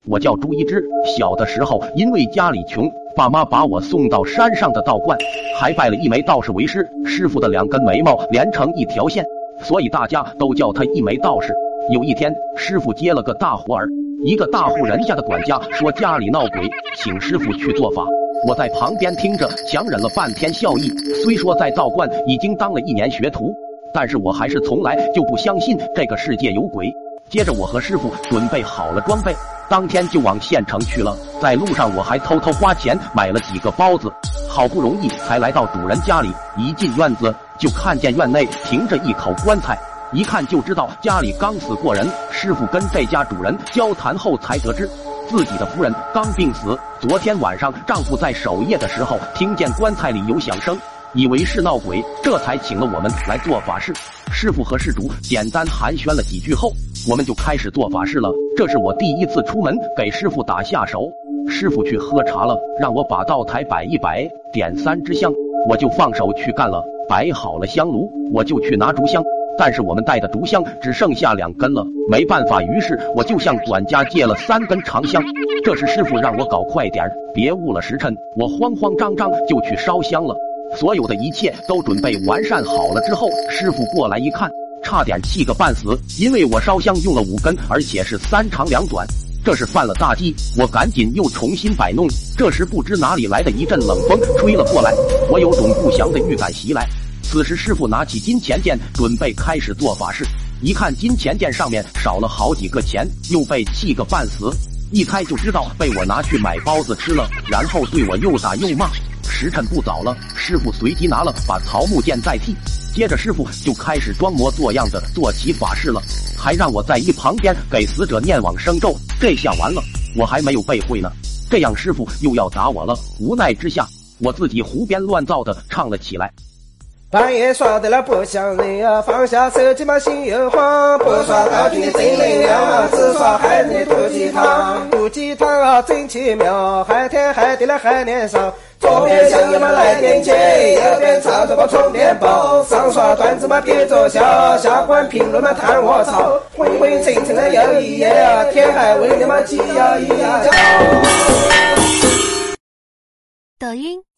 我叫朱一之。小的时候因为家里穷，爸妈把我送到山上的道观，还拜了一枚道士为师。师傅的2根眉毛连成一条线，所以大家都叫他一枚道士。有一天，师傅接了个大活儿，一个大户人家的管家说家里闹鬼，请师傅去做法。我在旁边听着，强忍了半天笑意。虽说在道观已经当了1年学徒，但是我还是从来就不相信这个世界有鬼。接着我和师傅准备好了装备，当天就往县城去了。在路上我还偷偷花钱买了几个包子，好不容易才来到主人家里。一进院子就看见院内停着一口棺材，一看就知道家里刚死过人。师傅跟这家主人交谈后才得知，自己的夫人刚病死，昨天晚上丈夫在守夜的时候听见棺材里有响声，以为是闹鬼，这才请了我们来做法事。师傅和施主简单寒暄了几句后，我们就开始做法事了。这是我第一次出门给师傅打下手。师傅去喝茶了，让我把灶台摆一摆，点3支香，我就放手去干了。摆好了香炉，我就去拿烛香，但是我们带的烛香只剩下2根了，没办法，于是我就向管家借了3根长香。这时师傅让我搞快点，别误了时辰。我慌慌张张就去烧香了。所有的一切都准备完善好了之后，师傅过来一看，差点气个半死，因为我烧香用了5根，而且是3长2短，这是犯了大忌。我赶紧又重新摆弄，这时不知哪里来的一阵冷风吹了过来，我有种不祥的预感袭来。此时师傅拿起金钱剑准备开始做法事，一看金钱剑上面少了好几个钱，又被气个半死，一猜就知道被我拿去买包子吃了，然后对我又打又骂。时辰不早了，师傅随即拿了把桃木剑代替，接着师傅就开始装模作样的做起法事了，还让我在一旁边给死者念往生咒。这下完了，我还没有背会呢，这样师傅又要打我了。无奈之下，我自己胡编乱造的唱了起来。 半夜耍得了不像人啊，放下手机嘛心又慌，不耍道具的正能量啊，只耍害人的毒鸡汤。毒鸡汤啊真奇妙，害天害地了害年少。左边香烟嘛来点起，右边插着个充电宝，上刷段子嘛别作笑，下关评论嘛叹我操，昏昏沉沉的又一夜啊，天还未亮嘛鸡呀一呀叫。 抖音。